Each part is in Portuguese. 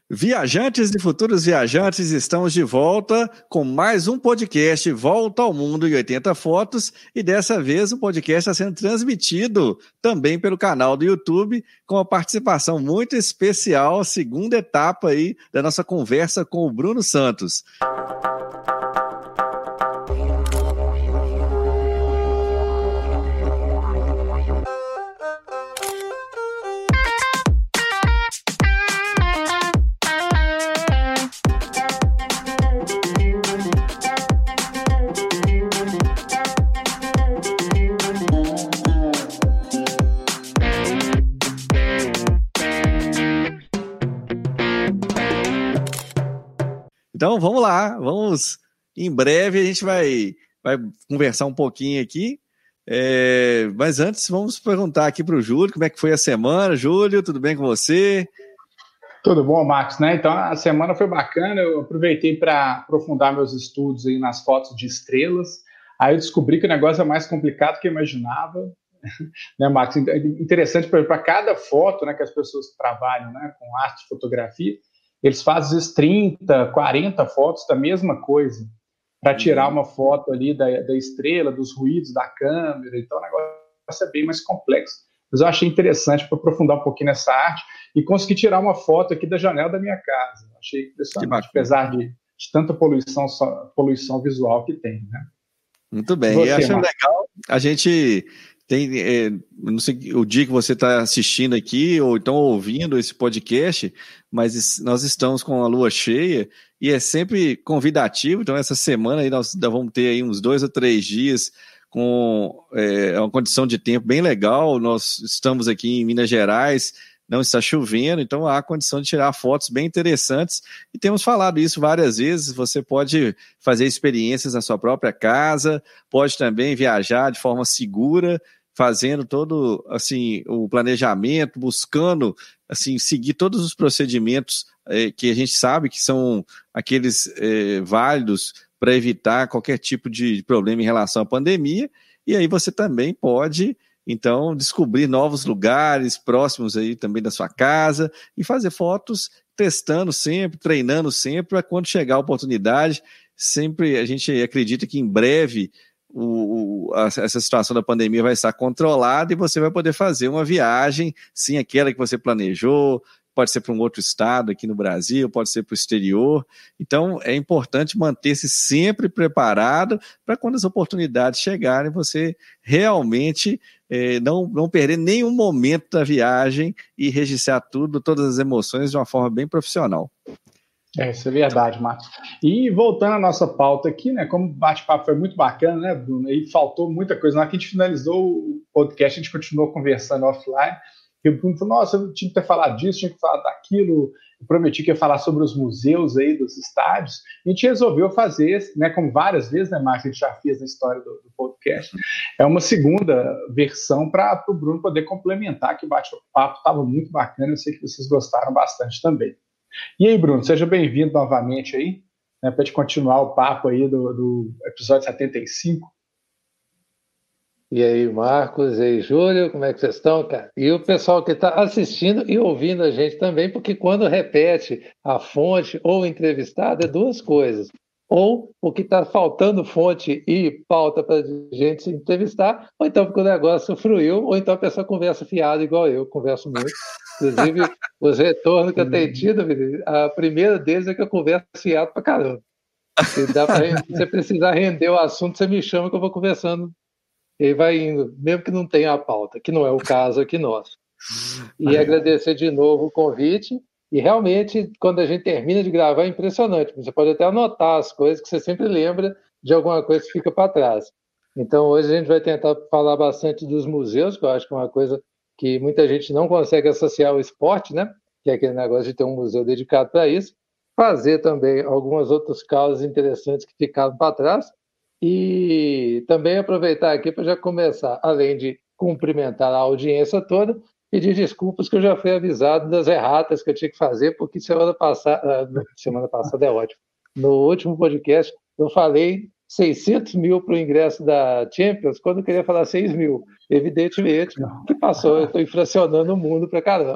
Viajantes e futuros viajantes, estamos de volta com mais um podcast Volta ao Mundo em 80 Fotos, e dessa vez o podcast está sendo transmitido também pelo canal do YouTube, com uma participação muito especial, a segunda etapa aí da nossa conversa com o Bruno Santos. Então vamos lá, em breve a gente vai conversar um pouquinho aqui, mas antes vamos perguntar aqui para o Júlio, como é que foi a semana. Júlio, tudo bem com você? Tudo bom, Marcos, né? Então a semana foi bacana, eu aproveitei para aprofundar meus estudos aí nas fotos de estrelas, aí eu descobri que o negócio é mais complicado que eu imaginava, né, Marcos? Interessante, para cada foto, né, que as pessoas trabalham, né, com arte e fotografia, eles fazem às vezes 30, 40 fotos da mesma coisa, para tirar uma foto ali da estrela, dos ruídos da câmera. Então o negócio é bem mais complexo. Mas eu achei interessante para aprofundar um pouquinho nessa arte e conseguir tirar uma foto aqui da janela da minha casa. Achei impressionante, apesar de tanta poluição visual que tem, né? Muito bem, eu acho legal. A gente tem, não sei o dia que você está assistindo aqui ou então ouvindo esse podcast, mas nós estamos com a lua cheia e é sempre convidativo. Então essa semana aí nós vamos ter aí uns 2 ou 3 dias com uma condição de tempo bem legal. Nós estamos aqui em Minas Gerais, não está chovendo, então há condição de tirar fotos bem interessantes, e temos falado isso várias vezes. Você pode fazer experiências na sua própria casa, pode também viajar de forma segura, fazendo todo assim, o planejamento, buscando assim, seguir todos os procedimentos que a gente sabe que são aqueles válidos para evitar qualquer tipo de problema em relação à pandemia. E aí você também pode, então, descobrir novos lugares próximos aí também da sua casa e fazer fotos, testando sempre, treinando sempre, para quando chegar a oportunidade. Sempre a gente acredita que em breve essa situação da pandemia vai estar controlada e você vai poder fazer uma viagem, sim, aquela que você planejou. Pode ser para um outro estado aqui no Brasil, pode ser para o exterior. Então, é importante manter-se sempre preparado para quando as oportunidades chegarem, você realmente não perder nenhum momento da viagem e registrar todas as emoções de uma forma bem profissional. Isso é verdade, Marcos. E voltando à nossa pauta aqui, né, como o bate-papo foi muito bacana, né, Bruno, e faltou muita coisa. Na hora que a gente finalizou o podcast, a gente continuou conversando offline, e o Bruno falou: nossa, eu tinha que ter falado disso, tinha que falar daquilo, eu prometi que ia falar sobre os museus aí dos estádios. A gente resolveu fazer, né, como várias vezes, né, Marcos, a gente já fez na história do podcast, é uma segunda versão para o Bruno poder complementar, que o bate-papo estava muito bacana, eu sei que vocês gostaram bastante também. E aí, Bruno, seja bem-vindo novamente aí, né, para a gente continuar o papo aí do episódio 75. E aí, Marcos, e aí, Júlio, como é que vocês estão, cara? E o pessoal que está assistindo e ouvindo a gente também, porque quando repete a fonte ou o entrevistado, é duas coisas. Ou o que está faltando fonte e pauta para a gente se entrevistar, ou então porque o negócio fluiu, ou então a pessoa conversa fiado igual eu, converso muito. Inclusive, os retornos que eu tenho tido, a primeira deles é que eu converso fiado pra caramba. Se dá para você precisar render o assunto, você me chama que eu vou conversando. E vai indo, mesmo que não tenha a pauta, que não é o caso aqui nosso. E agradecer de novo o convite. E realmente, quando a gente termina de gravar, é impressionante. Você pode até anotar as coisas que você sempre lembra de alguma coisa que fica para trás. Então, hoje a gente vai tentar falar bastante dos museus, que eu acho que é uma coisa que muita gente não consegue associar ao esporte, né? Que é aquele negócio de ter um museu dedicado para isso. Fazer também algumas outras causas interessantes que ficaram para trás. E também aproveitar aqui para já começar, além de cumprimentar a audiência toda, pedir desculpas que eu já fui avisado das erratas que eu tinha que fazer, porque semana passada é ótimo, no último podcast eu falei 600 mil para o ingresso da Champions, quando eu queria falar 6 mil. Evidentemente que passou, eu estou inflacionando o mundo para caramba.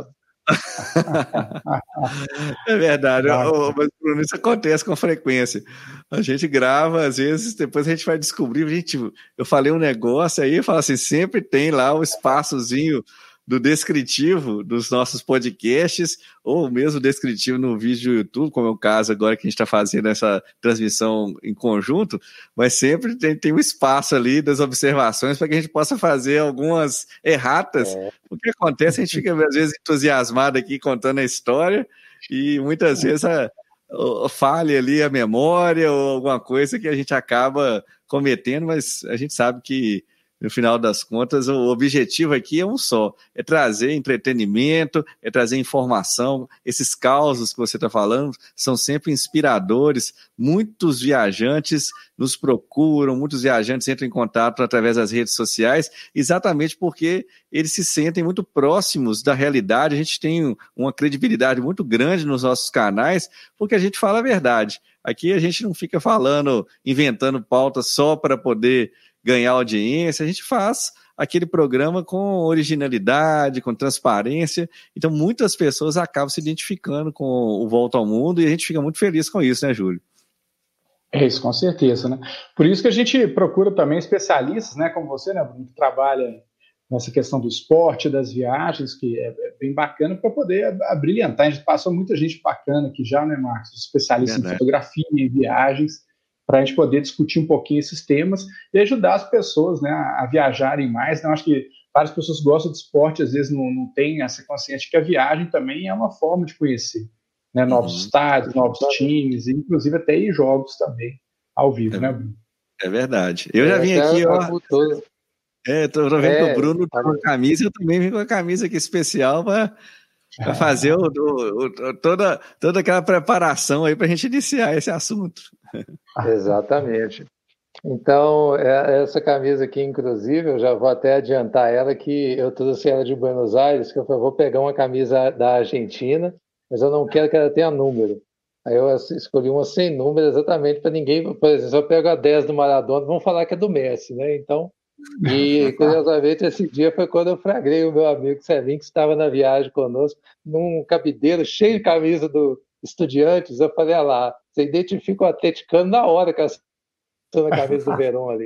É verdade, mas Bruno, isso acontece com frequência. A gente grava, às vezes, depois a gente vai descobrir, eu falei um negócio aí, eu falo assim, sempre tem lá o espaçozinho do descritivo dos nossos podcasts, ou mesmo descritivo no vídeo do YouTube, como é o caso agora que a gente está fazendo essa transmissão em conjunto, mas sempre tem um espaço ali das observações para que a gente possa fazer algumas erratas. O que acontece, a gente fica às vezes entusiasmado aqui contando a história e muitas vezes falha ali a memória ou alguma coisa que a gente acaba cometendo, mas a gente sabe que no final das contas, o objetivo aqui é um só, é trazer entretenimento, é trazer informação. Esses causos que você está falando são sempre inspiradores. Muitos viajantes nos procuram, muitos viajantes entram em contato através das redes sociais, exatamente porque eles se sentem muito próximos da realidade. A gente tem uma credibilidade muito grande nos nossos canais, porque a gente fala a verdade. Aqui a gente não fica falando, inventando pautas só para poder ganhar audiência, a gente faz aquele programa com originalidade, com transparência, então muitas pessoas acabam se identificando com o Volta ao Mundo e a gente fica muito feliz com isso, né, Júlio? É isso, com certeza, né? Por isso que a gente procura também especialistas, né, como você, né, Bruno, que trabalha nessa questão do esporte, das viagens, que é bem bacana para poder abrilhantar. A gente passou muita gente bacana aqui já, né, Marcos? Especialistas em fotografia, em viagens, para a gente poder discutir um pouquinho esses temas e ajudar as pessoas, né, a viajarem mais. Né? Eu acho que várias pessoas gostam de esporte, às vezes não têm essa consciência de que a viagem também é uma forma de conhecer, né, novos estádios, novos times, e inclusive até ir jogos também ao vivo, né, Bruno? É verdade. Eu já vim aqui, ó. Tô vendo que o Bruno tá com a camisa, eu também vim com a camisa aqui especial para fazer toda aquela preparação aí para a gente iniciar esse assunto. Exatamente. Então, essa camisa aqui, inclusive, eu já vou até adiantar ela, que eu trouxe ela de Buenos Aires, que eu vou pegar uma camisa da Argentina, mas eu não quero que ela tenha número. Aí eu escolhi uma sem número exatamente para ninguém, por exemplo, se eu pego a 10 do Maradona, vão falar que é do Messi, né? Então, e curiosamente esse dia foi quando eu flagrei o meu amigo Celinho, que estava na viagem conosco, num cabideiro cheio de camisa do Estudiantes. Eu falei, lá, você identifica o atleticano na hora que eu estou na camisa do Verón ali.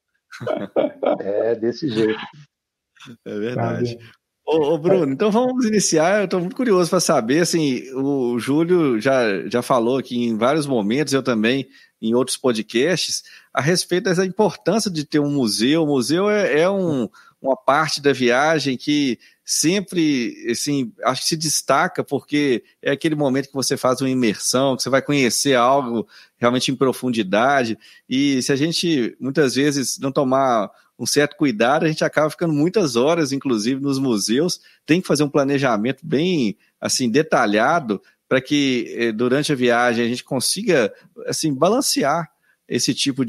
É desse jeito. É verdade. Ô Bruno, então vamos iniciar. Eu estou muito curioso para saber, assim, o Júlio já falou aqui em vários momentos, eu também, em outros podcasts, a respeito dessa importância de ter um museu. O museu é uma parte da viagem que sempre, assim, acho que se destaca, porque é aquele momento que você faz uma imersão, que você vai conhecer algo realmente em profundidade, e se a gente, muitas vezes, não tomar um certo cuidado, a gente acaba ficando muitas horas, inclusive, nos museus. Tem que fazer um planejamento bem, assim, detalhado, para que durante a viagem a gente consiga, assim, balancear esse tipo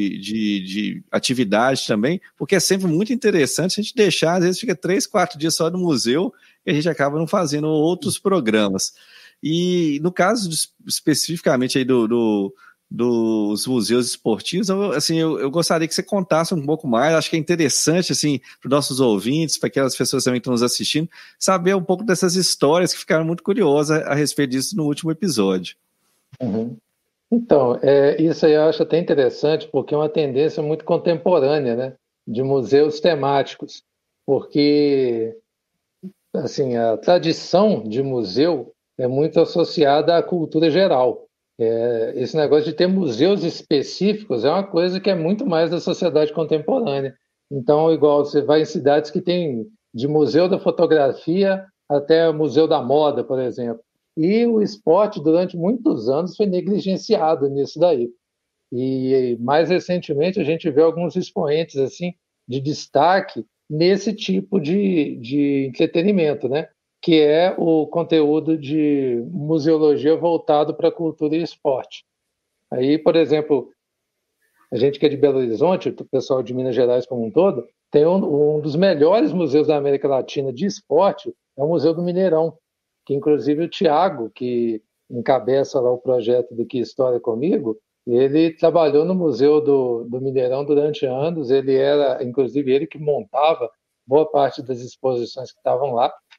de atividade também, porque é sempre muito interessante a gente deixar, às vezes fica 3, 4 dias só no museu e a gente acaba não fazendo outros programas. E no caso especificamente aí dos museus esportivos, eu gostaria que você contasse um pouco mais. Acho que é interessante, assim, para os nossos ouvintes, para aquelas pessoas também que estão nos assistindo, saber um pouco dessas histórias que ficaram muito curiosas a respeito disso no último episódio. Uhum. Então, isso aí eu acho até interessante, porque é uma tendência muito contemporânea, né, de museus temáticos, porque, assim, a tradição de museu é muito associada à cultura geral. Esse negócio de ter museus específicos é uma coisa que é muito mais da sociedade contemporânea. Então, igual você vai em cidades que tem de museu da fotografia até museu da moda, por exemplo. E o esporte, durante muitos anos, foi negligenciado nisso daí. E mais recentemente a gente vê alguns expoentes assim de destaque nesse tipo de entretenimento, né? Que é o conteúdo de museologia voltado para a cultura e esporte. Aí, por exemplo, a gente que é de Belo Horizonte, o pessoal de Minas Gerais como um todo, tem um dos melhores museus da América Latina de esporte, é o Museu do Mineirão, que inclusive o Thiago, que encabeça lá o projeto do Que História Comigo, ele trabalhou no Museu do Mineirão durante anos, ele era, inclusive, ele que montava boa parte das exposições que estavam lá,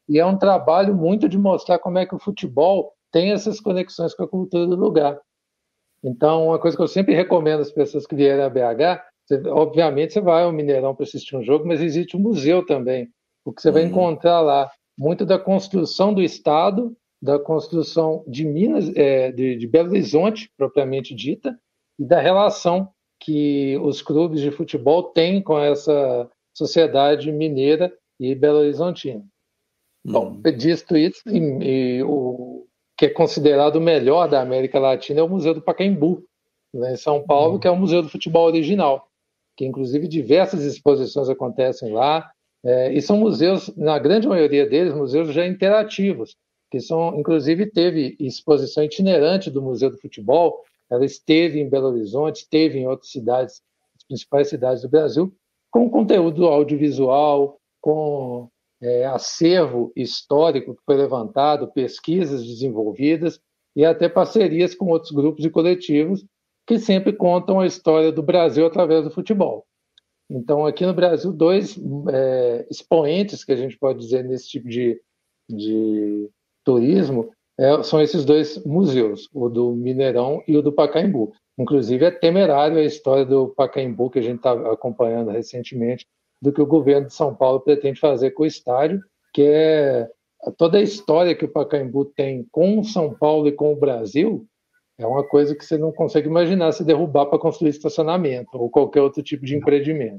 e é um trabalho muito de mostrar como é que o futebol tem essas conexões com a cultura do lugar. Então, uma coisa que eu sempre recomendo às pessoas que vierem a BH, obviamente você vai ao Mineirão para assistir um jogo, mas existe um museu também, porque você vai encontrar lá muito da construção do Estado, da construção de Minas, de Belo Horizonte, propriamente dita, e da relação que os clubes de futebol têm com essa sociedade mineira e belo-horizontina. Bom, dito isso, o que é considerado o melhor da América Latina é o Museu do Pacaembu, né, em São Paulo, que é o museu do futebol original, que inclusive diversas exposições acontecem lá, e são museus, na grande maioria deles, museus já interativos, que são, inclusive teve exposição itinerante do Museu do Futebol, ela esteve em Belo Horizonte, esteve em outras cidades, as principais cidades do Brasil, com conteúdo audiovisual, com acervo histórico que foi levantado, pesquisas desenvolvidas e até parcerias com outros grupos e coletivos que sempre contam a história do Brasil através do futebol. Então, aqui no Brasil, dois expoentes que a gente pode dizer nesse tipo de turismo são esses dois museus, o do Mineirão e o do Pacaembu. Inclusive, é temerário a história do Pacaembu, que a gente está acompanhando recentemente, do que o governo de São Paulo pretende fazer com o estádio, que é toda a história que o Pacaembu tem com São Paulo e com o Brasil, é uma coisa que você não consegue imaginar se derrubar para construir estacionamento ou qualquer outro tipo de empreendimento.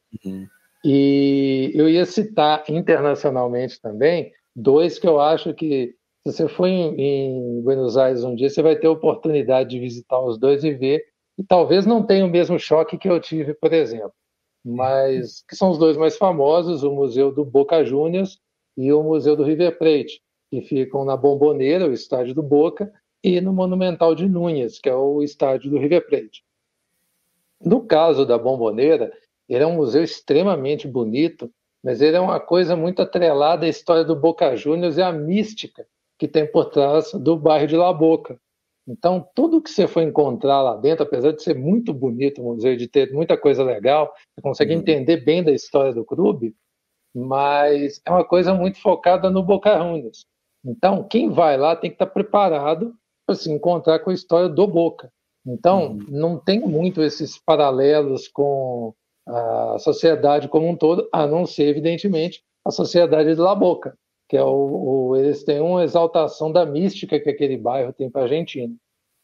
E eu ia citar internacionalmente também dois que eu acho que, se você for em Buenos Aires um dia, você vai ter a oportunidade de visitar os dois e ver, e talvez não tenha o mesmo choque que eu tive, por exemplo, mas que são os dois mais famosos, o Museu do Boca Juniors e o Museu do River Plate, que ficam na Bombonera, o estádio do Boca, e no Monumental de Núñez, que é o estádio do River Plate. No caso da Bombonera, ele é um museu extremamente bonito, mas ele é uma coisa muito atrelada à história do Boca Juniors e à mística que tem por trás do bairro de La Boca. Então, tudo que você for encontrar lá dentro, apesar de ser muito bonito o museu, de ter muita coisa legal, você consegue entender bem da história do clube, mas é uma coisa muito focada no Boca Juniors. Então, quem vai lá tem que estar preparado para se encontrar com a história do Boca. Então, não tem muito esses paralelos com a sociedade como um todo, a não ser, evidentemente, a sociedade de La Boca, que é eles têm uma exaltação da mística que aquele bairro tem para a Argentina.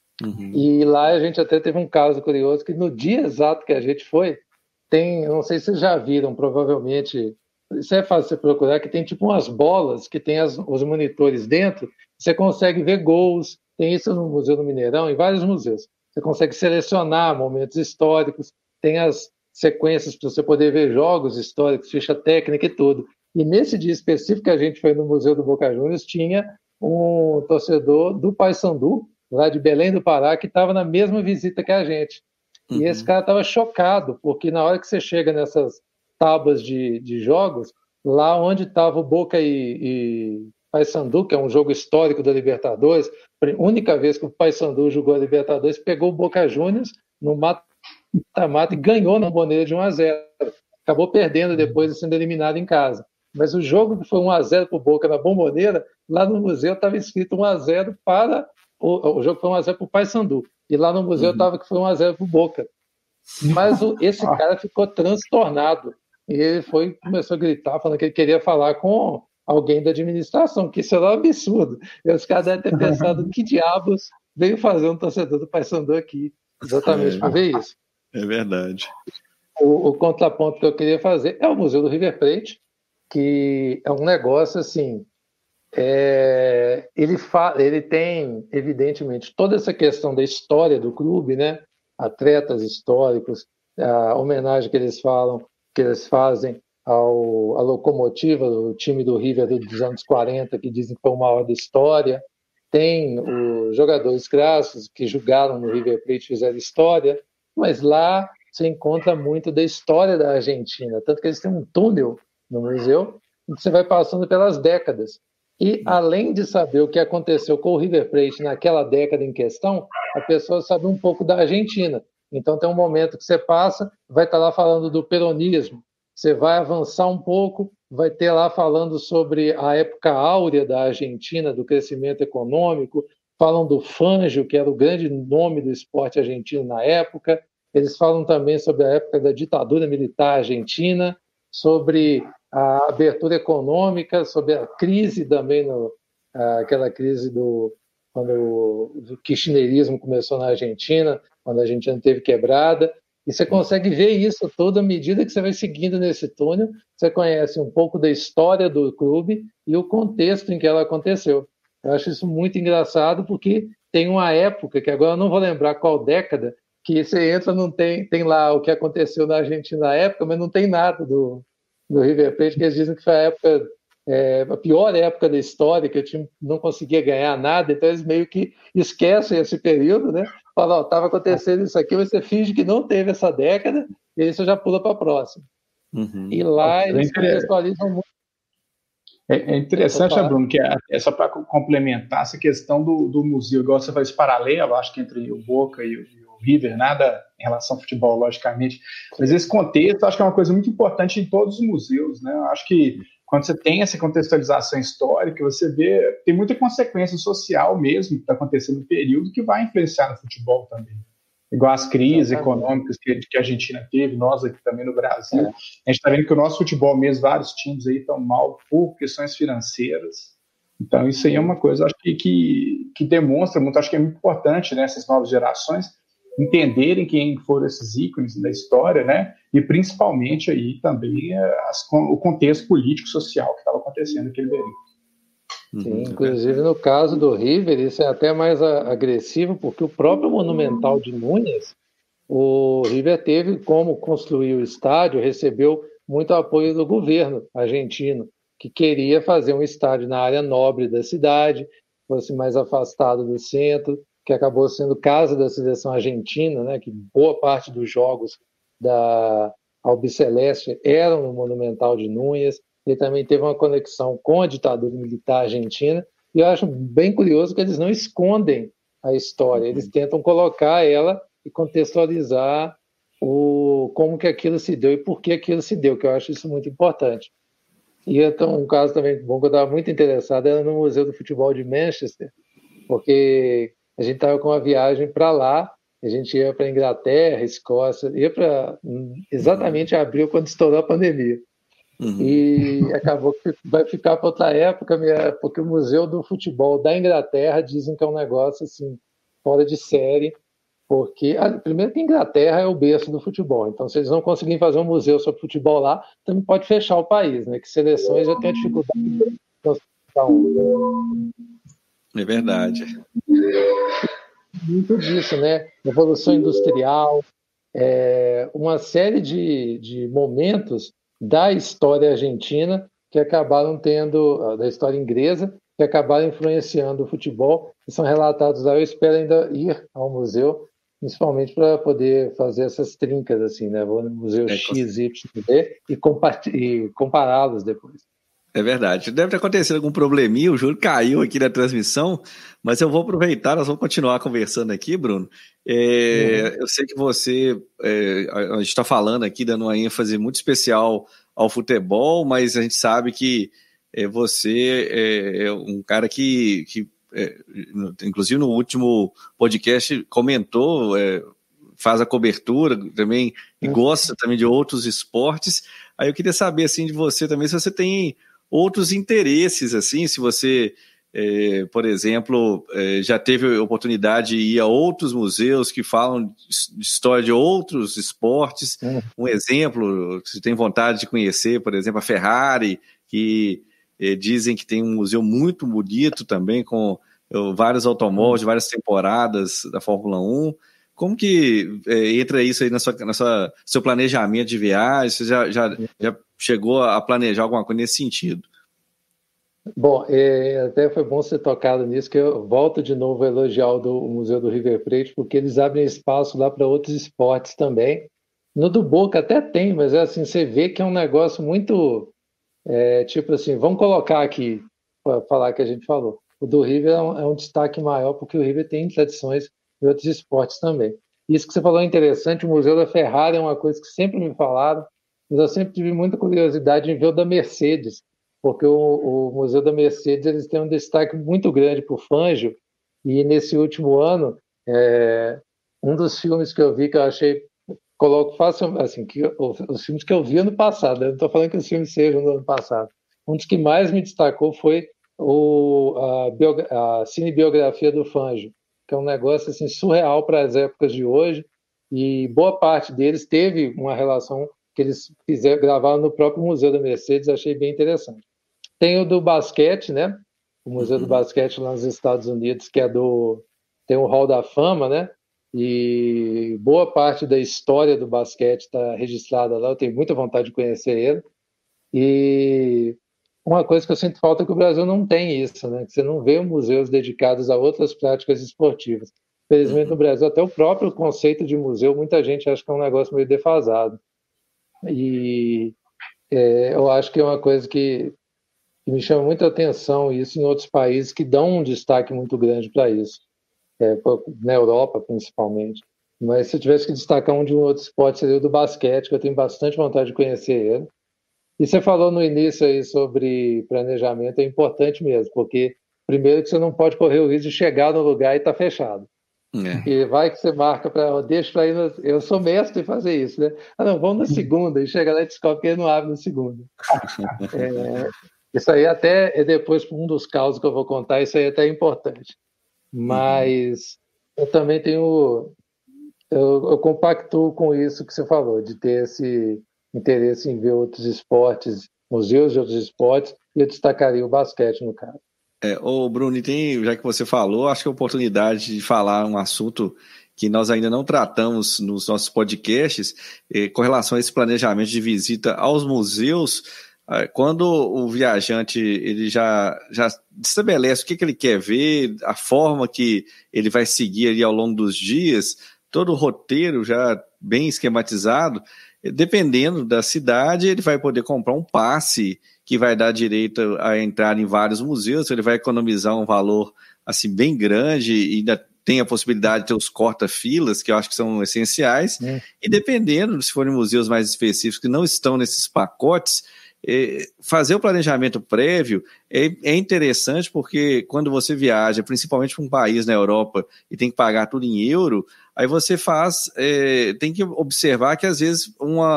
E lá a gente até teve um caso curioso, que no dia exato que a gente foi, eu não sei se vocês já viram, provavelmente, isso é fácil você procurar, que tem tipo umas bolas que tem os monitores dentro, você consegue ver gols, tem isso no Museu do Mineirão, em vários museus. Você consegue selecionar momentos históricos, tem as sequências para você poder ver jogos históricos, ficha técnica e tudo. E nesse dia específico que a gente foi no Museu do Boca Juniors, tinha um torcedor do Paysandu, lá de Belém do Pará, que estava na mesma visita que a gente. E esse cara estava chocado, porque na hora que você chega nessas tábuas de jogos, lá onde estava o Boca e Paysandu, que é um jogo histórico da Libertadores, a única vez que o Paysandu jogou a Libertadores, pegou o Boca Juniors no mata-mata e ganhou na Bombonera de 1-0. Acabou perdendo depois e sendo eliminado em casa. Mas o jogo que foi 1-0 para o Boca na Bombonera, lá no museu estava escrito 1-0 para... O jogo foi 1-0 para o Paysandu. E lá no museu estava que foi 1-0 para o Boca. Mas esse cara ficou transtornado. E ele começou a gritar, falando que ele queria falar com alguém da administração, que isso era um absurdo. E os caras devem ter pensado que diabos veio fazer um torcedor do Paysandu aqui, exatamente para ver isso. É verdade. O contraponto que eu queria fazer é o Museu do River Plate, que é um negócio assim... Ele tem, evidentemente, toda essa questão da história do clube, né? Atletas históricos, a homenagem que eles fazem à locomotiva, o time do River dos anos 40, que dizem que foi o maior da história. Tem os jogadores clássicos que jogaram no River Plate, fizeram história, mas lá você encontra muito da história da Argentina, tanto que eles têm um túnel no museu, e você vai passando pelas décadas. E, além de saber o que aconteceu com o River Plate naquela década em questão, a pessoa sabe um pouco da Argentina. Então, tem um momento que você passa, vai estar lá falando do peronismo. Você vai avançar um pouco, vai ter lá falando sobre a época áurea da Argentina, do crescimento econômico, falam do Fangio, que era o grande nome do esporte argentino na época, eles falam também sobre a época da ditadura militar argentina, sobre a abertura econômica, sobre a crise também, aquela crise quando o kirchnerismo começou na Argentina, quando a Argentina teve quebrada, e você consegue ver isso toda à medida que você vai seguindo nesse túnel, você conhece um pouco da história do clube e o contexto em que ela aconteceu. Eu acho isso muito engraçado, porque tem uma época, que agora eu não vou lembrar qual década, que você entra, não tem lá o que aconteceu na Argentina na época, mas não tem nada do River Plate, que eles dizem que foi a pior época da história, que o time não conseguia ganhar nada, então eles meio que esquecem esse período, né? Falam, estava acontecendo isso aqui, você finge que não teve essa década, e aí você já pula para a próxima. Uhum. E lá eles contextualizam muito. É interessante, Bruno, que é só para complementar essa questão do museu, igual você faz paralelo, acho que entre o Boca e o River, nada em relação ao futebol, logicamente, mas esse contexto acho que é uma coisa muito importante em todos os museus, né? Eu acho que quando você tem essa contextualização histórica, você vê, tem muita consequência social mesmo que está acontecendo no período que vai influenciar no futebol também. Igual as crises econômicas que a Argentina teve, nós aqui também no Brasil. A gente está vendo que o nosso futebol mesmo, vários times aí estão mal por questões financeiras. Então isso aí é uma coisa, acho que demonstra muito, acho que é muito importante, né, essas novas gerações entenderem quem foram esses ícones da história, né, e principalmente aí também o contexto político-social que estava acontecendo naquele período. Sim, inclusive no caso do River, isso é até mais agressivo, porque o próprio Monumental de Núñez, o River teve como construir o estádio, recebeu muito apoio do governo argentino, que queria fazer um estádio na área nobre da cidade, fosse mais afastado do centro, que acabou sendo casa da seleção argentina, né, que boa parte dos jogos da Albiceleste eram no Monumental de Núñez. Ele também teve uma conexão com a ditadura militar argentina, e eu acho bem curioso que eles não escondem a história, eles tentam colocar ela e contextualizar como que aquilo se deu e por que aquilo se deu, que eu acho isso muito importante. E então, um caso também bom que eu estava muito interessado era no Museu do Futebol de Manchester, porque a gente estava com uma viagem para lá, a gente ia para a Inglaterra, Escócia, ia para exatamente abril, quando estourou a pandemia. E acabou que vai ficar para outra época, porque o Museu do Futebol da Inglaterra dizem que é um negócio assim, fora de série, porque, primeiro que a Inglaterra é o berço do futebol, então se eles não conseguirem fazer um museu sobre futebol lá, também pode fechar o país, né? Que seleções já têm a dificuldade de construir um. É verdade. Muito disso, né? Revolução industrial, uma série de momentos da história argentina que acabaram da história inglesa, que acabaram influenciando o futebol, e são relatados lá. Eu espero ainda ir ao museu, principalmente para poder fazer essas trincas, assim, né? Vou no museu X, Y, Z e compará-los depois. É verdade. Deve ter acontecido algum probleminha, o Júlio caiu aqui na transmissão, mas eu vou aproveitar, nós vamos continuar conversando aqui, Bruno. Eu sei que você, a gente está falando aqui, dando uma ênfase muito especial ao futebol, mas a gente sabe que você é um cara que inclusive no último podcast comentou, faz a cobertura também e gosta também de outros esportes. Aí eu queria saber assim de você também, se você tem outros interesses, assim, se você, por exemplo, já teve a oportunidade de ir a outros museus que falam de história de outros esportes. Um exemplo, se tem vontade de conhecer, por exemplo, a Ferrari, que dizem que tem um museu muito bonito também, com vários automóveis de várias temporadas da Fórmula 1. Como que entra isso aí na seu planejamento de viagem? Você já chegou a planejar alguma coisa nesse sentido? Bom, até foi bom ser tocado nisso, que eu volto de novo a elogiar o Museu do River Plate, porque eles abrem espaço lá para outros esportes também. No do Boca até tem, mas assim, você vê que é um negócio muito, tipo assim, vamos colocar aqui, para falar que a gente falou. O do River é um destaque maior, porque o River tem tradições em outros esportes também. Isso que você falou é interessante, o Museu da Ferrari é uma coisa que sempre me falaram, mas eu sempre tive muita curiosidade em ver o da Mercedes, porque o Museu da Mercedes eles têm um destaque muito grande para o Fangio, e nesse último ano, um dos filmes que eu vi que eu achei, coloco fácil, assim, que os filmes que eu vi ano passado, eu não estou falando que os filmes sejam do ano passado, um dos que mais me destacou foi a cinebiografia do Fangio, que é um negócio assim, surreal para as épocas de hoje, e boa parte deles teve uma relação que eles gravaram no próprio Museu da Mercedes, achei bem interessante. Tem o do basquete, né? O Museu do Basquete lá nos Estados Unidos, que tem o Hall da Fama, né? E boa parte da história do basquete está registrada lá, eu tenho muita vontade de conhecer ele. E uma coisa que eu sinto falta é que o Brasil não tem isso, né? Que você não vê museus dedicados a outras práticas esportivas. Infelizmente, no Brasil, até o próprio conceito de museu, muita gente acha que é um negócio meio defasado. E eu acho que é uma coisa que me chama muita atenção, isso em outros países que dão um destaque muito grande para isso, na Europa, principalmente. Mas se eu tivesse que destacar um de um outro esporte, seria o do basquete, que eu tenho bastante vontade de conhecer ele. E você falou no início aí sobre planejamento, é importante mesmo, porque primeiro que você não pode correr o risco de chegar no lugar e estar fechado. E vai que você marca deixa para ir, eu sou mestre em fazer isso, né? Não, vamos na segunda, e chega lá e descobre que ele não abre na segunda. Isso aí até depois, um dos causos que eu vou contar, isso aí é até importante. Mas eu também tenho, eu compactuo com isso que você falou, de ter esse interesse em ver outros esportes, museus de outros esportes, e eu destacaria o basquete no caso. Ô Bruno, já que você falou, acho que é a oportunidade de falar um assunto que nós ainda não tratamos nos nossos podcasts, com relação a esse planejamento de visita aos museus, quando o viajante ele já estabelece o que ele quer ver, a forma que ele vai seguir ali ao longo dos dias, todo o roteiro já bem esquematizado, dependendo da cidade, ele vai poder comprar um passe que vai dar direito a entrar em vários museus, ele vai economizar um valor assim bem grande e ainda tem a possibilidade de ter os corta-filas, que eu acho que são essenciais, e dependendo, se forem museus mais específicos que não estão nesses pacotes, fazer o planejamento prévio é interessante, porque quando você viaja, principalmente para um país na Europa, e tem que pagar tudo em euro, aí você tem que observar que às vezes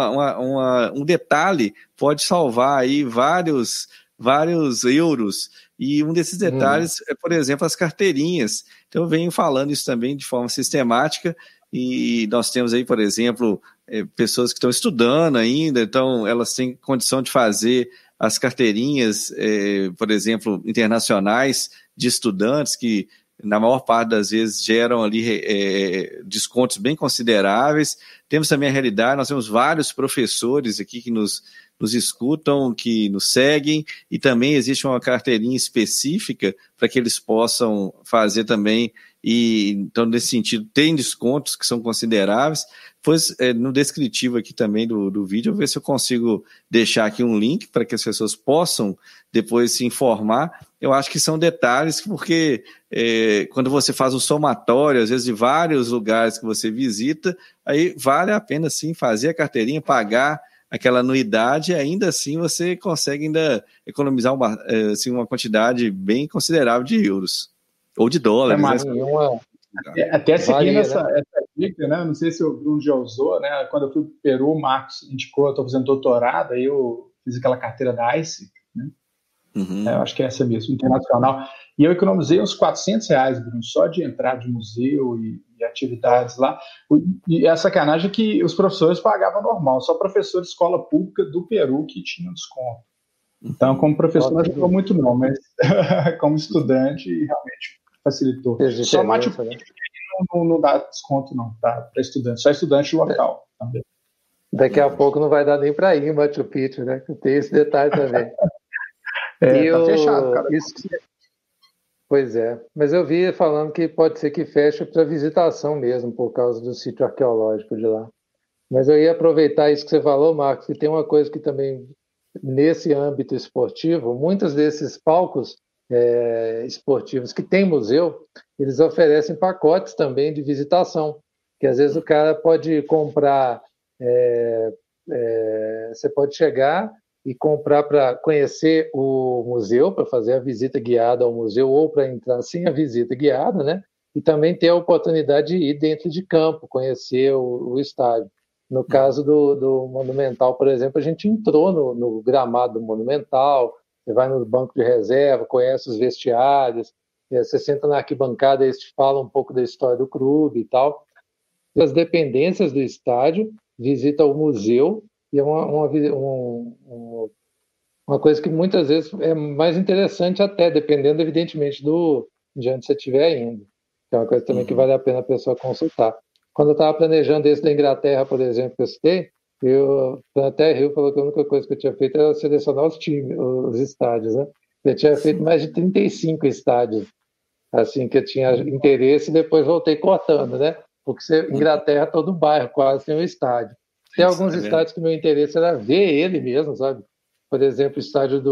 um detalhe pode salvar aí vários euros, e um desses detalhes é, por exemplo, as carteirinhas. Então eu venho falando isso também de forma sistemática, e nós temos aí, por exemplo, pessoas que estão estudando ainda, então elas têm condição de fazer as carteirinhas, por exemplo, internacionais de estudantes, que na maior parte das vezes geram ali descontos bem consideráveis. Temos também a realidade, nós temos vários professores aqui que nos escutam, que nos seguem, e também existe uma carteirinha específica para que eles possam fazer também, e então nesse sentido tem descontos que são consideráveis. Pois no descritivo aqui também do vídeo, eu vou ver se eu consigo deixar aqui um link para que as pessoas possam depois se informar. Eu acho que são detalhes, porque quando você faz o somatório, às vezes de vários lugares que você visita, aí vale a pena sim fazer a carteirinha, pagar aquela anuidade, e ainda assim você consegue ainda economizar uma quantidade bem considerável de euros, ou de dólares. Até seguindo essa dica, né? Não sei se o Bruno já usou, né? Quando eu fui para o Peru, o Marcos indicou, eu estou fazendo doutorado, aí eu fiz aquela carteira da ICE, né? Eu acho que é essa mesmo, internacional. E eu economizei uns R$400, Bruno, só de entrar de museu e atividades lá. E a sacanagem é que os professores pagavam normal, só professor de escola pública do Peru que tinha desconto. Então, como professor, não ajudou muito não, mas como estudante, realmente facilitou. Só Machu Picchu não dá desconto não, tá? Para estudante, só estudante local também. Daqui a pouco não vai dar nem para ir em Machu Picchu, né? Tem esse detalhe também. Tá fechado, cara. Pois é, mas eu vi falando que pode ser que feche para visitação mesmo, por causa do sítio arqueológico de lá. Mas eu ia aproveitar isso que você falou, Marcos, e tem uma coisa que também, nesse âmbito esportivo, muitos desses palcos esportivos que tem museu, eles oferecem pacotes também de visitação, que às vezes o cara pode comprar Você pode chegar e comprar para conhecer o museu, para fazer a visita guiada ao museu, ou para entrar sem a visita guiada, né? E também ter a oportunidade de ir dentro de campo, conhecer o estádio. No caso do Monumental, por exemplo, a gente entrou no gramado do Monumental, você vai no banco de reserva, conhece os vestiários, você senta na arquibancada e eles te falam um pouco da história do clube e tal. As dependências do estádio, visita o museu, e é uma coisa que muitas vezes é mais interessante até, dependendo, evidentemente, de onde você estiver indo. É uma coisa também que vale a pena a pessoa consultar. Quando eu estava planejando esse da Inglaterra, por exemplo, que eu citei, até Rio falou que a única coisa que eu tinha feito era selecionar os estádios, né? Eu tinha feito mais de 35 estádios, assim, que eu tinha interesse, e depois voltei cortando, né? Porque Inglaterra, todo bairro quase tem um estádio. Tem alguns estádios que meu interesse era ver ele mesmo, sabe? Por exemplo, o estádio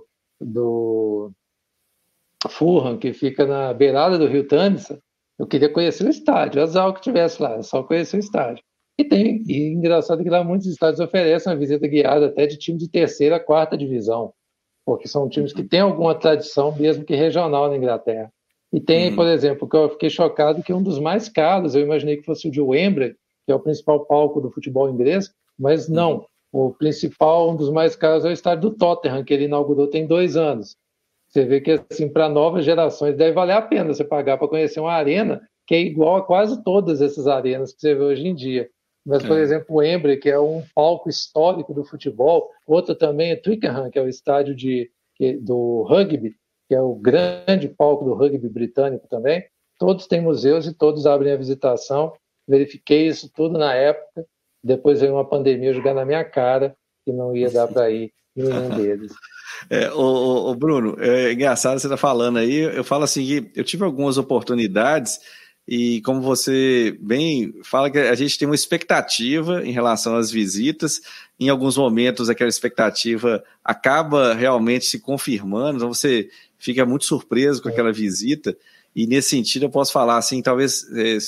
do Fulham, que fica na beirada do Rio Tâmisa. Eu queria conhecer o estádio, azar que tivesse lá, só conhecer o estádio. E engraçado que lá muitos estádios oferecem uma visita guiada até de time de terceira, quarta divisão, porque são times que têm alguma tradição, mesmo que regional na Inglaterra. E tem, por exemplo, que eu fiquei chocado que um dos mais caros, eu imaginei que fosse o de Wembley, que é o principal palco do futebol inglês, mas não. O principal, um dos mais caros é o estádio do Tottenham, que ele inaugurou tem 2 anos. Você vê que, assim, para novas gerações, deve valer a pena você pagar para conhecer uma arena que é igual a quase todas essas arenas que você vê hoje em dia. Mas, por exemplo, o Wembley, que é um palco histórico do futebol, outro também é Twickenham, que é o estádio do rugby, que é o grande palco do rugby britânico também. Todos têm museus e todos abrem a visitação. Verifiquei isso tudo na época. Depois veio uma pandemia jogar na minha cara que não ia dar para ir em nenhum deles. Ô Bruno, é engraçado você estar falando aí. Eu falo assim que eu tive algumas oportunidades e, como você bem fala, que a gente tem uma expectativa em relação às visitas. Em alguns momentos aquela expectativa acaba realmente se confirmando, então você fica muito surpreso com aquela visita. E nesse sentido eu posso falar assim, talvez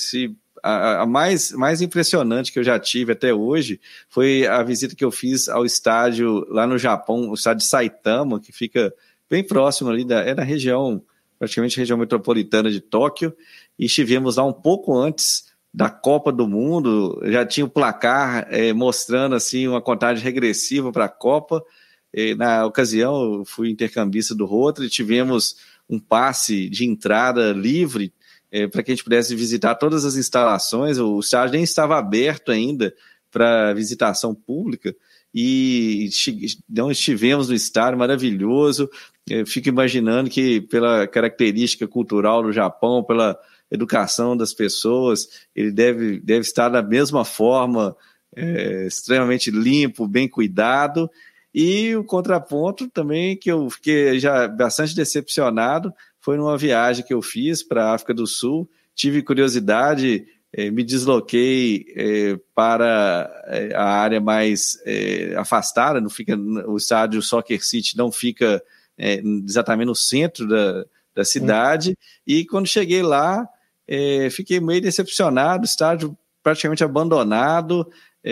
a mais impressionante que eu já tive até hoje foi a visita que eu fiz ao estádio lá no Japão, o estádio de Saitama, que fica bem próximo ali, é na região, praticamente região metropolitana de Tóquio, e estivemos lá um pouco antes da Copa do Mundo, já tinha o placar mostrando assim uma contagem regressiva para a Copa. Na ocasião eu fui intercambista do Rotary, tivemos um passe de entrada livre para que a gente pudesse visitar todas as instalações. O estádio nem estava aberto ainda para visitação pública, e então estivemos no estádio maravilhoso. Eu fico imaginando que, pela característica cultural do Japão, pela educação das pessoas, ele deve estar da mesma forma, extremamente limpo, bem cuidado. E o contraponto também, que eu fiquei já bastante decepcionado, foi numa viagem que eu fiz para a África do Sul. Tive curiosidade, me desloquei para a área mais afastada, não fica, o estádio Soccer City não fica exatamente no centro da cidade, e quando cheguei lá, fiquei meio decepcionado, estádio praticamente abandonado,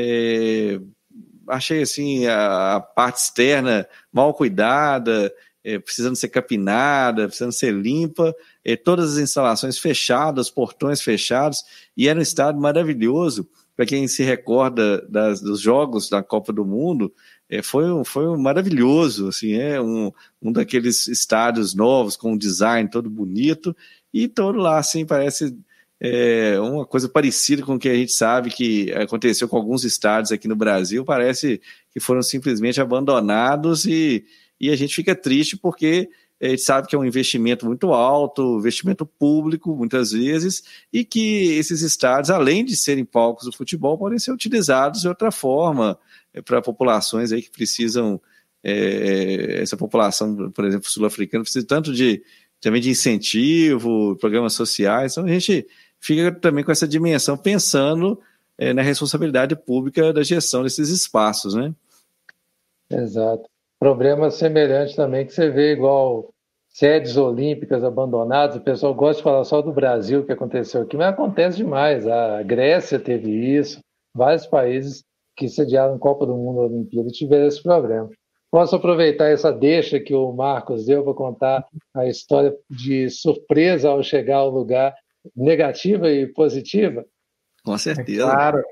achei assim a parte externa mal cuidada, precisando ser capinada, precisando ser limpa, todas as instalações fechadas, portões fechados, e era um estádio maravilhoso. Para quem se recorda dos jogos da Copa do Mundo, foi um maravilhoso, assim, um daqueles estádios novos, com um design todo bonito, e todo lá, assim, parece uma coisa parecida com o que a gente sabe que aconteceu com alguns estádios aqui no Brasil. Parece que foram simplesmente abandonados, e a gente fica triste porque a gente sabe que é um investimento muito alto, investimento público muitas vezes, e que esses estádios, além de serem palcos do futebol, podem ser utilizados de outra forma para populações aí que precisam, essa população, por exemplo, sul-africana, precisa tanto também de incentivo, programas sociais. Então a gente fica também com essa dimensão, pensando na responsabilidade pública da gestão desses espaços, né? Exato. Problemas semelhantes também que você vê, igual sedes olímpicas abandonadas. O pessoal gosta de falar só do Brasil, que aconteceu aqui, mas acontece demais. A Grécia teve isso, vários países que sediaram Copa do Mundo, Olimpíada, e tiveram esse problema. Posso aproveitar essa deixa que o Marcos deu para contar a história de surpresa ao chegar ao lugar, negativa e positiva? Com certeza. Claro.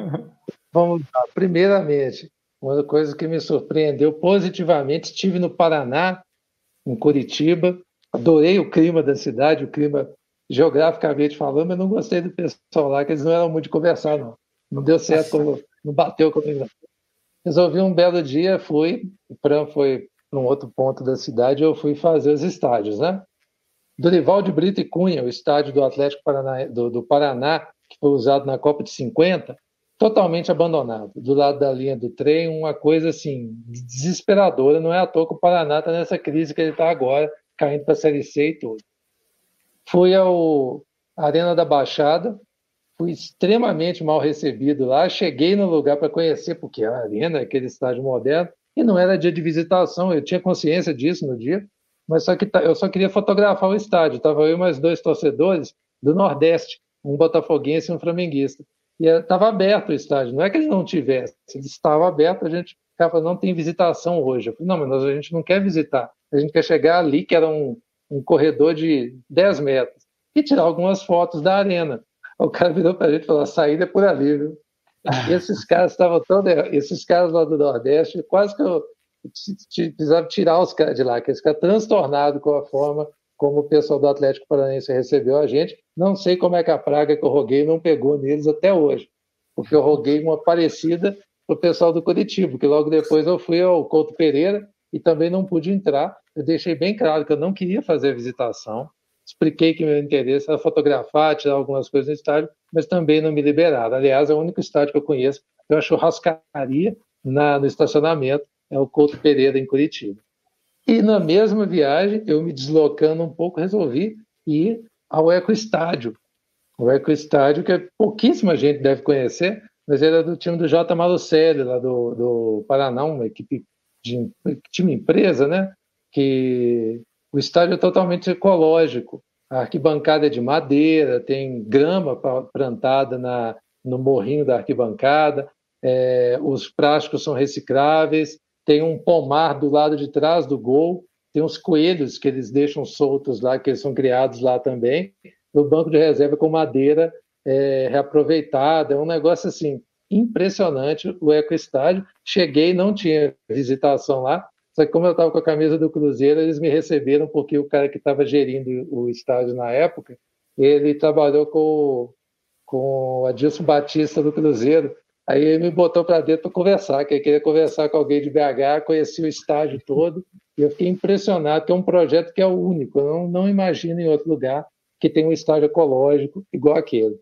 Vamos lá. Primeiramente, uma coisa que me surpreendeu positivamente, estive no Paraná, em Curitiba, adorei o clima da cidade, o clima geograficamente falando, mas não gostei do pessoal lá, que eles não eram muito de conversar, não. Não deu certo, não bateu comigo. Resolvi um belo dia, o Fran foi para um outro ponto da cidade, eu fui fazer os estádios, né? Dorival de Brito e Cunha, o estádio do Atlético do Paraná, que foi usado na Copa de 50, totalmente abandonado. Do lado da linha do trem, uma coisa assim, desesperadora. Não é à toa que o Paraná está nessa crise que ele está agora, caindo para a Série C e tudo. Fui ao Arena da Baixada, fui extremamente mal recebido lá. Cheguei no lugar para conhecer, porque a Arena é aquele estádio moderno, e não era dia de visitação, eu tinha consciência disso no dia, mas só que eu só queria fotografar o estádio. Estava eu e mais 2 torcedores do Nordeste, um botafoguense e um flamenguista. E estava aberto o estádio, não é que ele não tivesse, ele estava aberto, a gente ficava, não tem visitação hoje. Eu falei, não, mas a gente não quer visitar, a gente quer chegar ali, que era um corredor de 10 metros, e tirar algumas fotos da arena. O cara virou para a gente e falou, a saída é por ali, viu? Esses caras estavam esses caras lá do Nordeste, quase que eu precisava tirar os caras de lá, que eles ficaram transtornados com a forma como o pessoal do Atlético Paranaense recebeu a gente. Não sei como é que a praga que eu roguei não pegou neles até hoje, porque eu roguei uma parecida para o pessoal do Curitiba, porque logo depois eu fui ao Couto Pereira e também não pude entrar. Eu deixei bem claro que eu não queria fazer a visitação, expliquei que meu interesse era fotografar, tirar algumas coisas no estádio, mas também não me liberaram. Aliás, é o único estádio que eu conheço, tem uma churrascaria no estacionamento, é o Couto Pereira, em Curitiba. E na mesma viagem, eu me deslocando um pouco, resolvi ir ao Ecoestádio. O Ecoestádio, que pouquíssima gente deve conhecer, mas ele é do time do J. Malucelli, lá do Paraná, uma equipe de time empresa, né? Que o estádio é totalmente ecológico. A arquibancada é de madeira, tem grama plantada no morrinho da arquibancada, os plásticos são recicláveis, tem um pomar do lado de trás do gol, tem uns coelhos que eles deixam soltos lá, que eles são criados lá também, no banco de reserva com madeira reaproveitada, é um negócio assim, impressionante o Ecoestádio. Cheguei, não tinha visitação lá, só que como eu estava com a camisa do Cruzeiro, eles me receberam porque o cara que estava gerindo o estádio na época, ele trabalhou com o Adilson Batista do Cruzeiro. Aí ele me botou para dentro para conversar, que ele queria conversar com alguém de BH, conheci o estádio todo, e eu fiquei impressionado, que é um projeto que é o único, eu não imagino em outro lugar que tem um estádio ecológico igual aquele.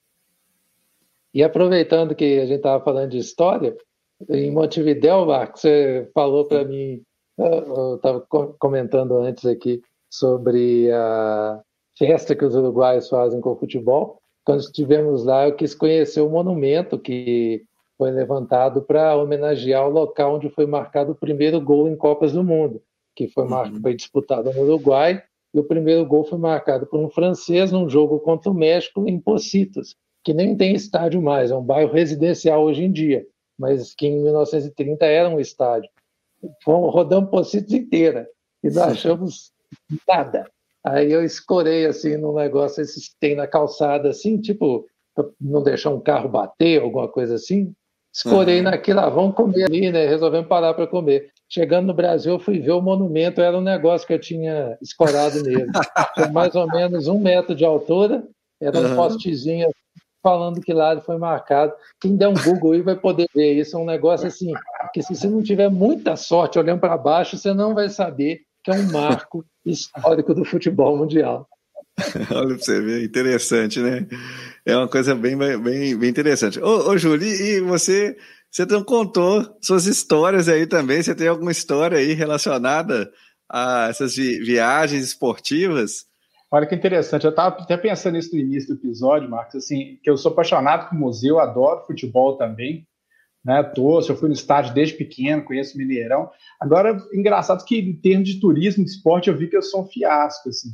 E aproveitando que a gente estava falando de história, em Montevidéu, Marcos, você falou para mim, eu estava comentando antes aqui sobre a festa que os uruguaios fazem com o futebol. Quando estivemos lá, eu quis conhecer o monumento que foi levantado para homenagear o local onde foi marcado o primeiro gol em Copas do Mundo, que foi disputado no Uruguai, e o primeiro gol foi marcado por um francês num jogo contra o México em Pocitos, que nem tem estádio mais, é um bairro residencial hoje em dia, mas que em 1930 era um estádio. Rodamos Pocitos inteira e não achamos nada. Aí eu escorei assim num negócio, esses que tem na calçada, assim, tipo, pra não deixar um carro bater, alguma coisa assim. Escorei naquilo, vamos comer ali, né? Resolvemos parar para comer. Chegando no Brasil, eu fui ver o monumento, era um negócio que eu tinha escorado nele. Tinha mais ou menos 1 metro de altura, era um postezinho falando que lá foi marcado. Quem der um Google aí vai poder ver. Isso é um negócio assim, que se você não tiver muita sorte olhando para baixo, você não vai saber que é um marco histórico do futebol mundial. Olha para você ver, interessante, né? É uma coisa bem interessante. Ô Júlio, e você não contou suas histórias aí também? Você tem alguma história aí relacionada a essas viagens esportivas? Olha que interessante, eu estava até pensando nisso no início do episódio, Marcos, assim, que eu sou apaixonado por museu, adoro futebol também, né? Eu fui no estádio desde pequeno, conheço o Mineirão. Agora, engraçado que em termos de turismo, de esporte, eu vi que eu sou um fiasco, assim.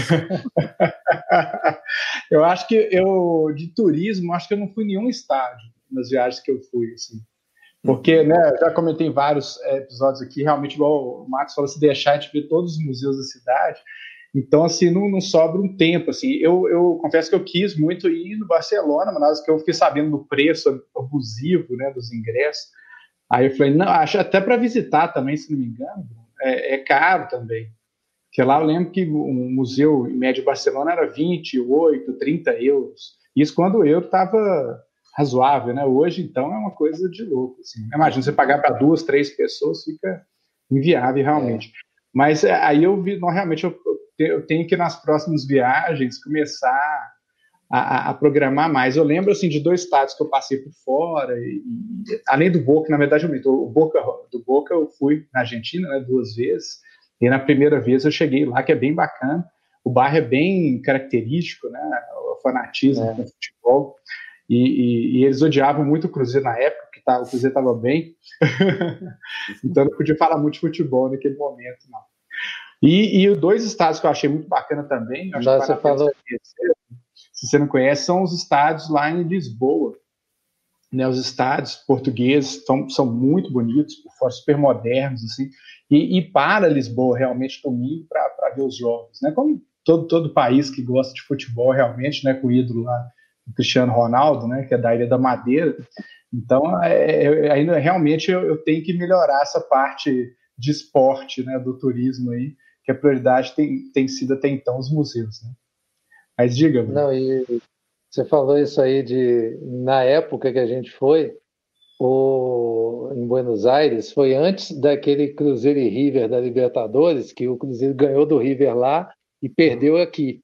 Eu acho que de turismo, acho que eu não fui em nenhum estádio nas viagens que eu fui, assim. Porque, né, já comentei em vários episódios aqui, realmente, igual o Max falou, se deixar, a gente vê todos os museus da cidade. Então, assim, não sobra um tempo, assim. Eu confesso que eu quis muito ir no Barcelona, mas que eu fiquei sabendo do preço abusivo, né, dos ingressos. Aí eu falei, não, acho até para visitar também, se não me engano, é caro também. Porque lá eu lembro que o museu em médio de Barcelona era 28, 30 euros. Isso quando o euro estava razoável, né? Hoje, então, é uma coisa de louco. Assim. Imagina, você pagar para 2, 3 pessoas, fica inviável realmente. Mas aí eu vi, não, realmente, eu tenho que nas próximas viagens começar a programar mais. Eu lembro assim de 2 estados que eu passei por fora, além do Boca, na verdade, do Boca eu fui na Argentina, né, 2 vezes, e na primeira vez eu cheguei lá, que é bem bacana, o bairro é bem característico, né, o fanatismo com o futebol, e eles odiavam muito o Cruzeiro na época, porque o Cruzeiro estava bem, então não podia falar muito de futebol naquele momento, não. E os 2 estados que eu achei muito bacana também, acho Nossa, que vale a pena se você não conhece, são os estádios lá em Lisboa. Né, os estádios portugueses são muito bonitos, por fora super modernos, assim, e para Lisboa, realmente, estou indo para ver os jogos. Né, como todo país que gosta de futebol, realmente, né, com o ídolo lá, o Cristiano Ronaldo, né, que é da Ilha da Madeira. Então, ainda realmente eu tenho que melhorar essa parte de esporte, né, do turismo aí, que a prioridade tem sido até então os museus. Né? Mas diga, Bruno. Não, e você falou isso aí na época que a gente foi, em Buenos Aires, foi antes daquele Cruzeiro e River da Libertadores, que o Cruzeiro ganhou do River lá e perdeu aqui.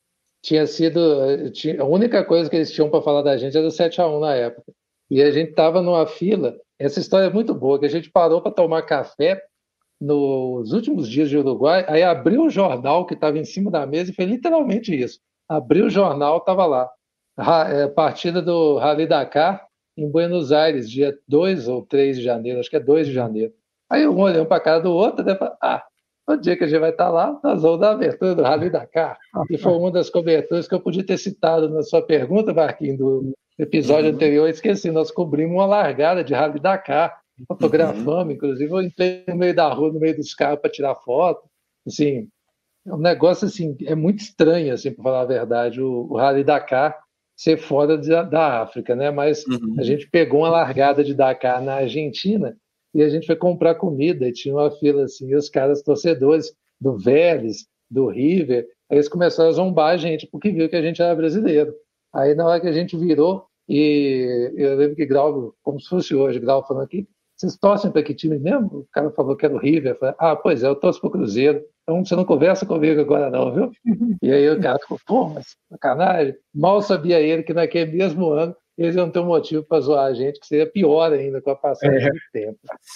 A única coisa que eles tinham para falar da gente era o 7-1 na época. E a gente estava numa fila, essa história é muito boa, que a gente parou para tomar café nos últimos dias de Uruguai, aí abriu o jornal que estava em cima da mesa e foi literalmente isso. Abriu o jornal, estava lá. Partida do Rally Dakar em Buenos Aires, dia 2 ou 3 de janeiro, acho que é 2 de janeiro. Aí um olhando para a cara do outro, né, no dia que a gente vai estar lá, nós vamos dar a abertura do Rally Dakar. E foi uma das coberturas que eu podia ter citado na sua pergunta, Marquinhos, do episódio anterior, eu esqueci, nós cobrimos uma largada de Rally Dakar, fotografamos, inclusive eu entrei no meio da rua, no meio dos carros para tirar foto, assim, é um negócio assim, é muito estranho, assim, para falar a verdade, o Rally Dakar ser fora da África, né? Mas a gente pegou uma largada de Dakar na Argentina e a gente foi comprar comida e tinha uma fila assim, e os caras torcedores do Vélez, do River, aí eles começaram a zombar a gente porque viu que a gente era brasileiro. Aí na hora que a gente virou, e eu lembro que Grau, como se fosse hoje, Grau falando aqui, vocês torcem para que time mesmo? O cara falou que era o River. Eu falei, pois é, eu torço para o Cruzeiro. Então você não conversa comigo agora não, viu? E aí o cara ficou, pô, mas sacanagem. Mal sabia ele que naquele mesmo ano eles iam ter um motivo para zoar a gente, que seria pior ainda com a passagem do tempo.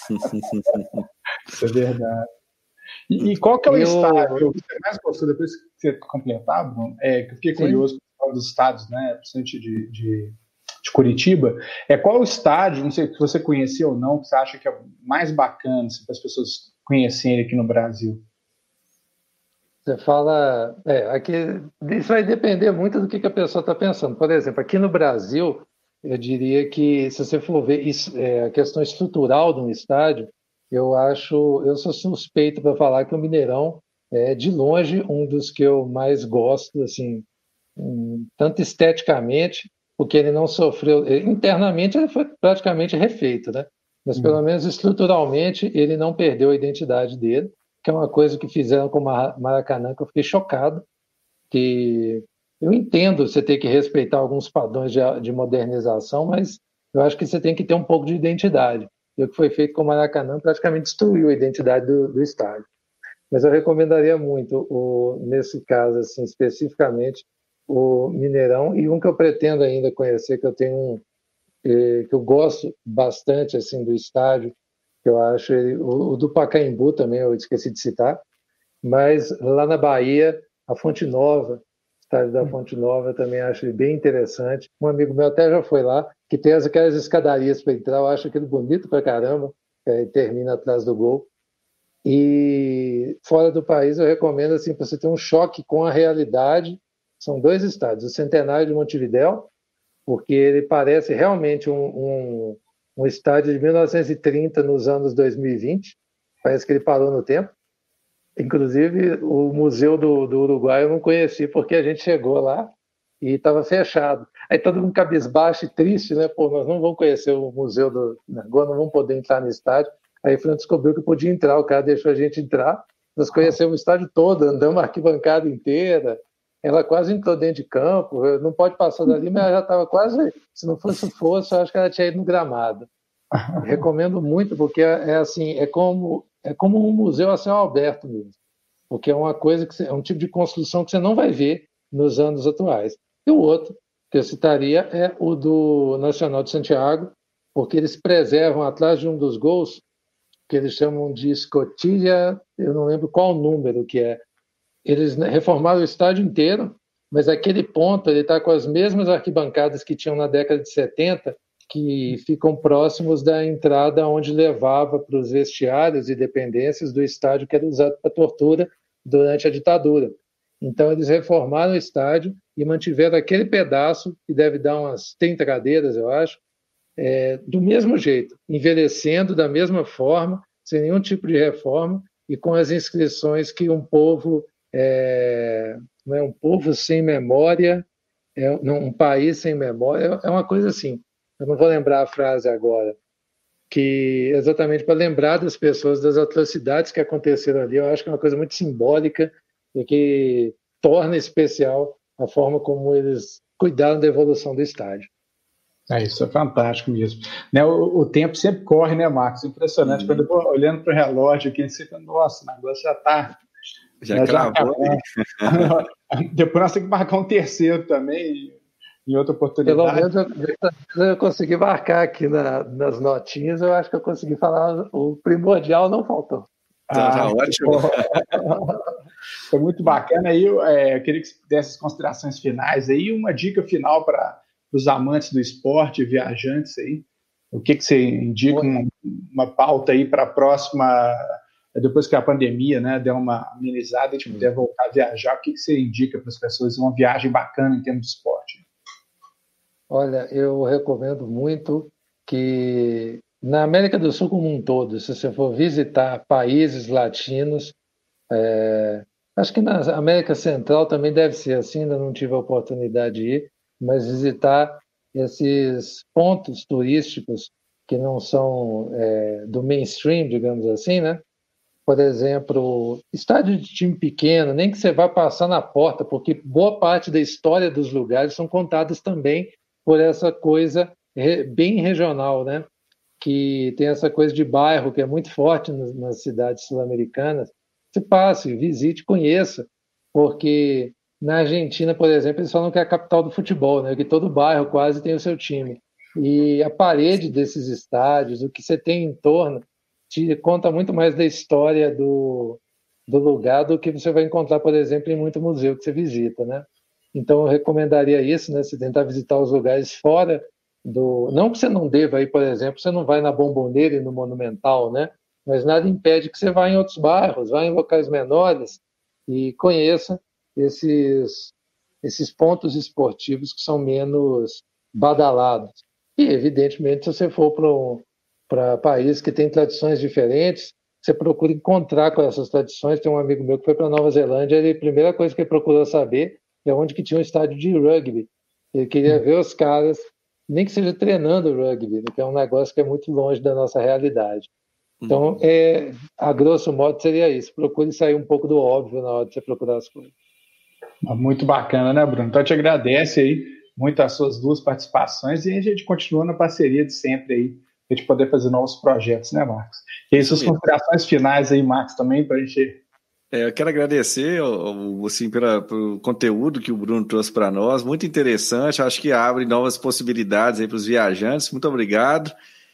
Isso é verdade. E qual que é o estádio que você mais gostou, depois que você completar, Bruno? Que eu fiquei curioso dos estados, né, principalmente de Curitiba. Qual o estádio, não sei se você conheceu ou não, que você acha que é mais bacana assim, para as pessoas conhecerem aqui no Brasil? Você fala, aqui, isso vai depender muito do que a pessoa está pensando. Por exemplo, aqui no Brasil, eu diria que, se você for ver a questão estrutural de um estádio, eu sou suspeito para falar que o Mineirão é, de longe, um dos que eu mais gosto, assim, tanto esteticamente, porque ele não sofreu, internamente ele foi praticamente refeito, né? Mas pelo menos estruturalmente ele não perdeu a identidade dele, que é uma coisa que fizeram com o Maracanã, que eu fiquei chocado, que eu entendo você ter que respeitar alguns padrões de modernização, mas eu acho que você tem que ter um pouco de identidade. E o que foi feito com o Maracanã praticamente destruiu a identidade do estádio. Mas eu recomendaria muito, nesse caso assim, especificamente, o Mineirão, e um que eu pretendo ainda conhecer, que eu tenho que eu gosto bastante assim do estádio, que eu acho o do Pacaembu também, eu esqueci de citar, mas lá na Bahia, a Fonte Nova, o estádio da Fonte Nova, eu também acho bem interessante. Um amigo meu até já foi lá, que tem aquelas escadarias para entrar, eu acho aquilo bonito pra caramba, termina atrás do gol. E fora do país eu recomendo assim, para você ter um choque com a realidade, são 2 estádios, o Centenário de Montevidéu, porque ele parece realmente um estádio de 1930 nos anos 2020, parece que ele parou no tempo. Inclusive, o Museu do Uruguai eu não conheci, porque a gente chegou lá e estava fechado. Aí todo mundo cabisbaixo e triste, né? Pô, nós não vamos conhecer o Museu agora não vamos poder entrar no estádio. Aí a gente descobriu que podia entrar, o cara deixou a gente entrar. Nós conhecemos o estádio todo, andamos a arquibancada inteira. Ela quase entrou dentro de campo, não pode passar dali, mas ela já estava quase, se não fosse o eu acho que ela tinha ido no gramado. Recomendo muito, porque é como um museu a céu aberto mesmo, porque é uma coisa é um tipo de construção que você não vai ver nos anos atuais. E o outro que eu citaria é o do Nacional de Santiago, porque eles preservam atrás de um dos gols, que eles chamam de escotilha, eu não lembro qual número que é. Eles reformaram o estádio inteiro, mas aquele ponto ele está com as mesmas arquibancadas que tinham na década de 70, que ficam próximos da entrada onde levava para os vestiários e dependências do estádio que era usado para tortura durante a ditadura. Então eles reformaram o estádio e mantiveram aquele pedaço, que deve dar umas 30 cadeiras, eu acho, do mesmo jeito, envelhecendo da mesma forma, sem nenhum tipo de reforma, e com as inscrições que um povo um povo sem memória, um país sem memória, é uma coisa assim. Eu não vou lembrar a frase agora, que exatamente para lembrar das pessoas das atrocidades que aconteceram ali. Eu acho que é uma coisa muito simbólica e que torna especial a forma como eles cuidaram da evolução do estádio. Isso é fantástico mesmo. Né, o tempo sempre corre, né, Marcos? Impressionante. Quando eu vou olhando para o relógio aqui, você fica, nossa, o negócio já está... Já cravou. Depois nós temos que marcar um terceiro também, em outra oportunidade. Pelo menos eu consegui marcar aqui nas notinhas, eu acho que eu consegui falar, o primordial não faltou. Tá ótimo. Foi muito bacana. Aí eu queria que você desse as considerações finais aí, uma dica final para os amantes do esporte, viajantes aí. O que você indica, uma pauta aí para a próxima, depois que a pandemia, né, der uma amenizada e a gente puder voltar a viajar, o que você indica para as pessoas uma viagem bacana em termos de esporte? Olha, eu recomendo muito que na América do Sul como um todo, se você for visitar países latinos, acho que na América Central também deve ser assim, ainda não tive a oportunidade de ir, mas visitar esses pontos turísticos que não são do mainstream, digamos assim, né? Por exemplo, estádio de time pequeno, nem que você vá passar na porta, porque boa parte da história dos lugares são contadas também por essa coisa bem regional, né? Que tem essa coisa de bairro que é muito forte nas cidades sul-americanas. Você passe, visite, conheça, porque na Argentina, por exemplo, eles falam que é a capital do futebol, né? Que todo bairro quase tem o seu time. E a parede desses estádios, o que você tem em torno, te conta muito mais da história do lugar do que você vai encontrar, por exemplo, em muito museu que você visita, né? Então, eu recomendaria isso, né? Você tentar visitar os lugares fora do... Não que você não deva ir, por exemplo, você não vai na Bombonera e no Monumental, né? Mas nada impede que você vá em outros bairros, vá em locais menores e conheça esses pontos esportivos que são menos badalados. E, evidentemente, se você for para países que têm tradições diferentes, você procura encontrar com essas tradições. Tem um amigo meu que foi para Nova Zelândia, e a primeira coisa que ele procurou saber é onde que tinha um estádio de rugby. Ele queria ver os caras, nem que seja treinando rugby, que é um negócio que é muito longe da nossa realidade. Então, a grosso modo, seria isso. Procure sair um pouco do óbvio na hora de você procurar as coisas. Muito bacana, né, Bruno? Então, eu te agradeço aí muito as suas duas participações e a gente continua na parceria de sempre aí, para a gente poder fazer novos projetos, né, Marcos? E aí, suas considerações finais aí, Marcos, também, para a gente... Eu quero agradecer assim, pelo conteúdo que o Bruno trouxe para nós, muito interessante, acho que abre novas possibilidades aí para os viajantes, muito obrigado.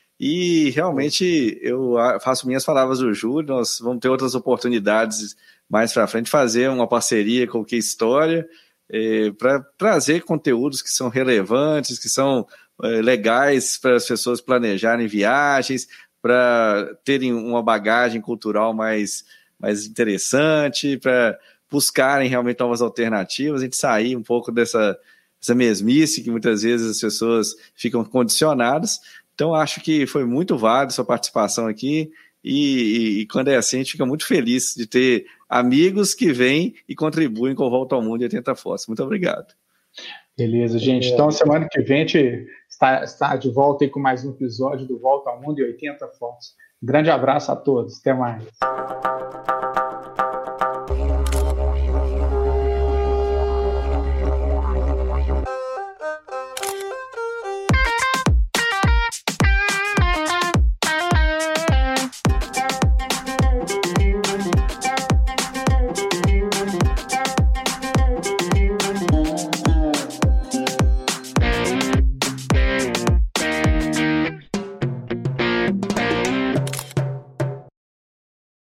E realmente eu faço minhas palavras do Júlio, nós vamos ter outras oportunidades mais para frente, fazer uma parceria com o Que História, para trazer conteúdos que são relevantes, que são legais para as pessoas planejarem viagens, para terem uma bagagem cultural mais interessante, para buscarem realmente novas alternativas, a gente sair um pouco dessa mesmice que muitas vezes as pessoas ficam condicionadas. Então, acho que foi muito válido sua participação aqui. E quando é assim, a gente fica muito feliz de ter amigos que vêm e contribuem com o Volta ao Mundo e 80 Fotos. Muito obrigado. Beleza, gente. Então, semana que vem a gente está de volta aí com mais um episódio do Volta ao Mundo e 80 Fotos. Grande abraço a todos. Até mais.